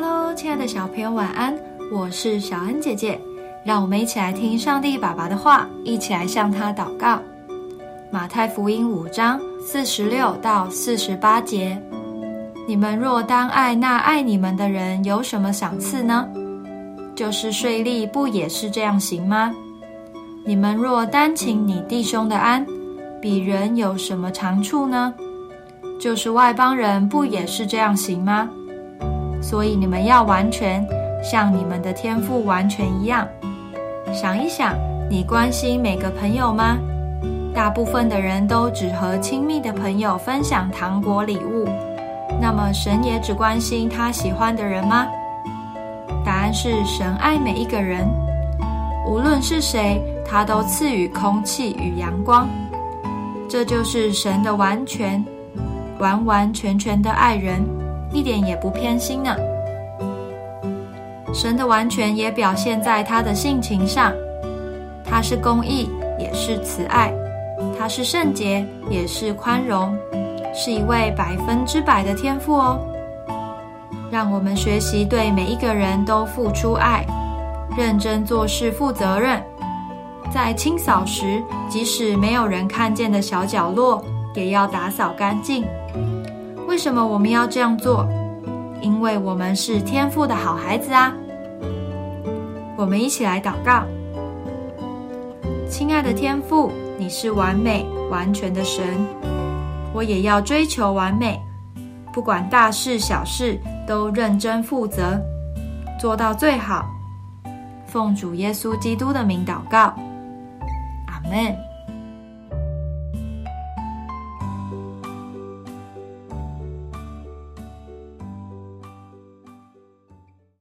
Hello， 亲爱的小朋友晚安，我是小恩姐姐，让我们一起来听上帝爸爸的话，一起来向他祷告。马太福音5章46到48节，你们若当爱那爱你们的人，有什么赏赐呢？就是税吏不也是这样行吗？你们若单请你弟兄的安，比人有什么长处呢？就是外邦人不也是这样行吗？所以你们要完全，像你们的天父完全一样。想一想，你关心每个朋友吗？大部分的人都只和亲密的朋友分享糖果礼物，那么神也只关心他喜欢的人吗？答案是神爱每一个人，无论是谁，他都赐予空气与阳光。这就是神的完全，完完全全的爱人，一点也不偏心呢。神的完全也表现在他的性情上，他是公义，也是慈爱，他是圣洁，也是宽容，是一位100%的天父哦。让我们学习对每一个人都付出爱，认真做事，负责任。在清扫时，即使没有人看见的小角落，也要打扫干净。为什么我们要这样做？因为我们是天父的好孩子啊。我们一起来祷告。亲爱的天父，你是完美完全的神，我也要追求完美，不管大事小事都认真负责，做到最好。奉主耶稣基督的名祷告，阿们。